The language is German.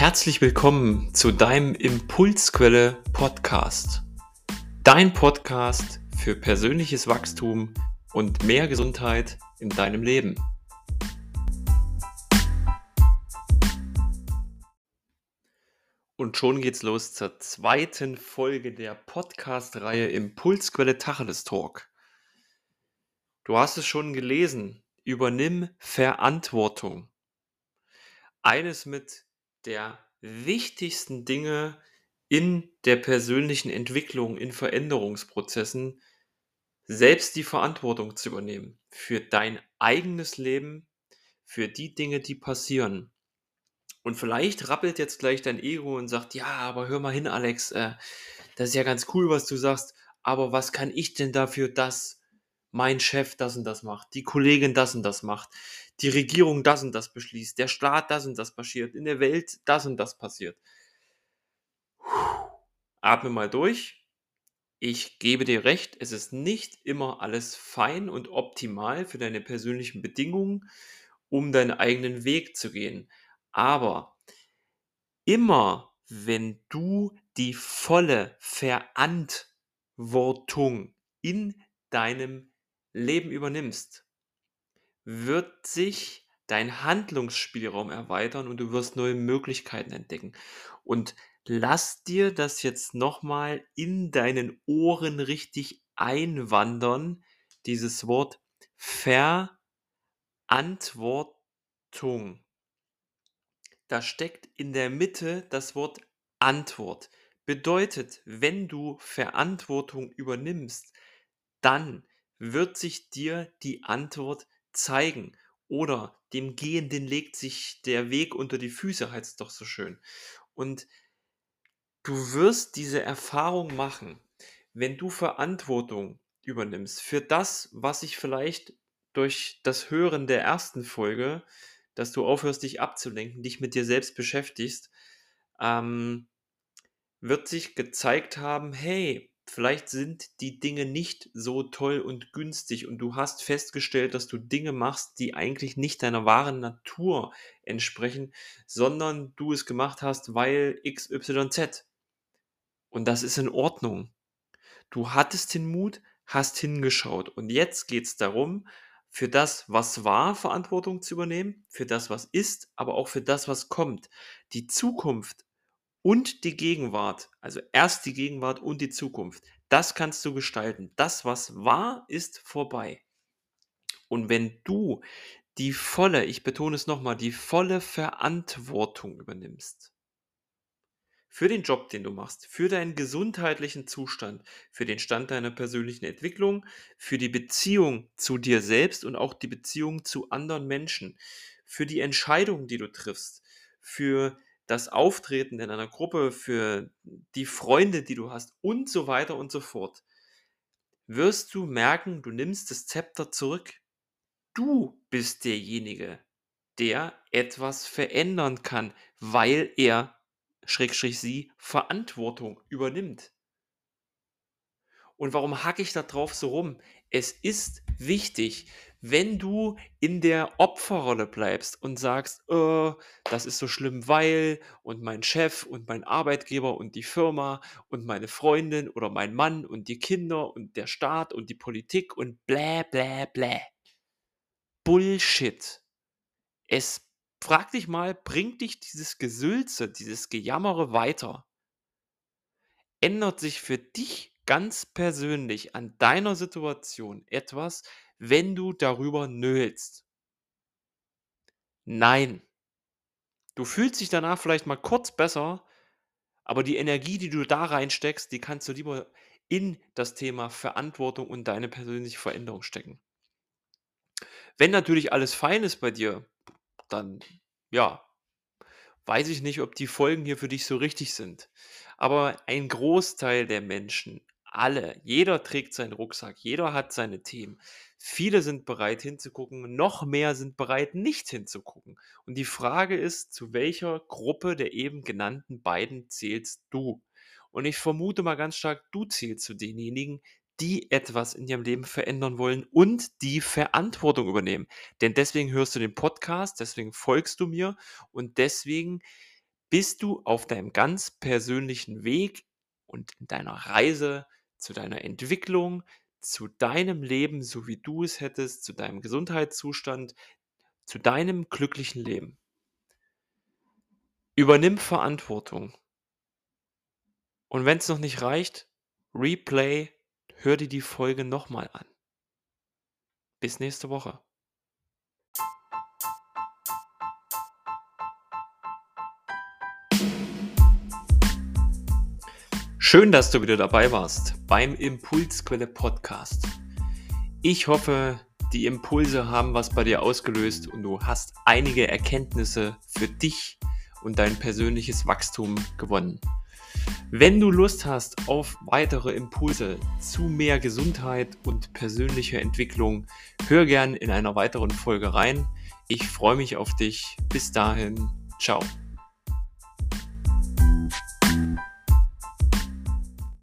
Herzlich willkommen zu deinem Impulsquelle Podcast. Dein Podcast für persönliches Wachstum und mehr Gesundheit in deinem Leben. Und schon geht's los zur zweiten Folge der Podcast-Reihe Impulsquelle Tacheles Talk. Du hast es schon gelesen. Übernimm Verantwortung. Eines mit der wichtigsten Dinge in der persönlichen Entwicklung, in Veränderungsprozessen, selbst die Verantwortung zu übernehmen für dein eigenes Leben, für die Dinge, die passieren. Und vielleicht rappelt jetzt gleich dein Ego und sagt, ja, aber hör mal hin, Alex, das ist ja ganz cool, was du sagst, aber was kann ich denn dafür, dass mein Chef das und das macht, die Kollegin das und das macht, die Regierung das und das beschließt, der Staat das und das passiert, in der Welt das und das passiert. Atme mal durch. Ich gebe dir recht, es ist nicht immer alles fein und optimal für deine persönlichen Bedingungen, um deinen eigenen Weg zu gehen. Aber immer wenn du die volle Verantwortung in deinem Leben übernimmst, wird sich dein Handlungsspielraum erweitern und du wirst neue Möglichkeiten entdecken. Und lass dir das jetzt nochmal in deinen Ohren richtig einwandern, dieses Wort Verantwortung. Da steckt in der Mitte das Wort Antwort. Bedeutet, wenn du Verantwortung übernimmst, dann wird sich dir die Antwort zeigen. Oder dem Gehenden legt sich der Weg unter die Füße, heißt es doch so schön. Und du wirst diese Erfahrung machen, wenn du Verantwortung übernimmst für das, was sich vielleicht durch das Hören der ersten Folge, dass du aufhörst, dich abzulenken, dich mit dir selbst beschäftigst, ähm, wird sich gezeigt haben, hey, vielleicht sind die Dinge nicht so toll und günstig und du hast festgestellt, dass du Dinge machst, die eigentlich nicht deiner wahren Natur entsprechen, sondern du es gemacht hast, weil XYZ. Und das ist in Ordnung. Du hattest den Mut, hast hingeschaut. Und jetzt geht es darum, für das, was war, Verantwortung zu übernehmen, für das, was ist, aber auch für das, was kommt. Die Zukunft und die Gegenwart, also erst die Gegenwart und die Zukunft, das kannst du gestalten. Das, was war, ist vorbei. Und wenn du die volle, ich betone es nochmal, die volle Verantwortung übernimmst, für den Job, den du machst, für deinen gesundheitlichen Zustand, für den Stand deiner persönlichen Entwicklung, für die Beziehung zu dir selbst und auch die Beziehung zu anderen Menschen, für die Entscheidungen, die du triffst, für das Auftreten in einer Gruppe, für die Freunde, die du hast und so weiter und so fort, wirst du merken, du nimmst das Zepter zurück. Du bist derjenige, der etwas verändern kann, weil er, Schrägstrich sie, Verantwortung übernimmt. Und warum hacke ich da drauf so rum? Es ist wichtig, wenn du in der Opferrolle bleibst und sagst, das ist so schlimm, weil und mein Chef und mein Arbeitgeber und die Firma und meine Freundin oder mein Mann und die Kinder und der Staat und die Politik und blä, blä, blä. Bullshit. Es frag dich mal, bringt dich dieses Gesülze, dieses Gejammere weiter? Ändert sich für dich ganz persönlich an deiner Situation etwas, wenn du darüber nöhlst? Nein. Du fühlst dich danach vielleicht mal kurz besser, aber die Energie, die du da reinsteckst, die kannst du lieber in das Thema Verantwortung und deine persönliche Veränderung stecken. Wenn natürlich alles fein ist bei dir, dann ja, weiß ich nicht, ob die Folgen hier für dich so richtig sind. Aber ein Großteil der Menschen, alle, jeder trägt seinen Rucksack, jeder hat seine Themen. Viele sind bereit hinzugucken, noch mehr sind bereit nicht hinzugucken. Und die Frage ist, zu welcher Gruppe der eben genannten beiden zählst du? Und ich vermute mal ganz stark, du zählst zu denjenigen, die etwas in ihrem Leben verändern wollen und die Verantwortung übernehmen. Denn deswegen hörst du den Podcast, deswegen folgst du mir und deswegen bist du auf deinem ganz persönlichen Weg und in deiner Reise zu deiner Entwicklung, zu deinem Leben, so wie du es hättest, zu deinem Gesundheitszustand, zu deinem glücklichen Leben. Übernimm Verantwortung. Und wenn es noch nicht reicht, Replay, hör dir die Folge nochmal an. Bis nächste Woche. Schön, dass du wieder dabei warst beim Impulsquelle Podcast. Ich hoffe, die Impulse haben was bei dir ausgelöst und du hast einige Erkenntnisse für dich und dein persönliches Wachstum gewonnen. Wenn du Lust hast auf weitere Impulse zu mehr Gesundheit und persönlicher Entwicklung, hör gern in einer weiteren Folge rein. Ich freue mich auf dich. Bis dahin, ciao.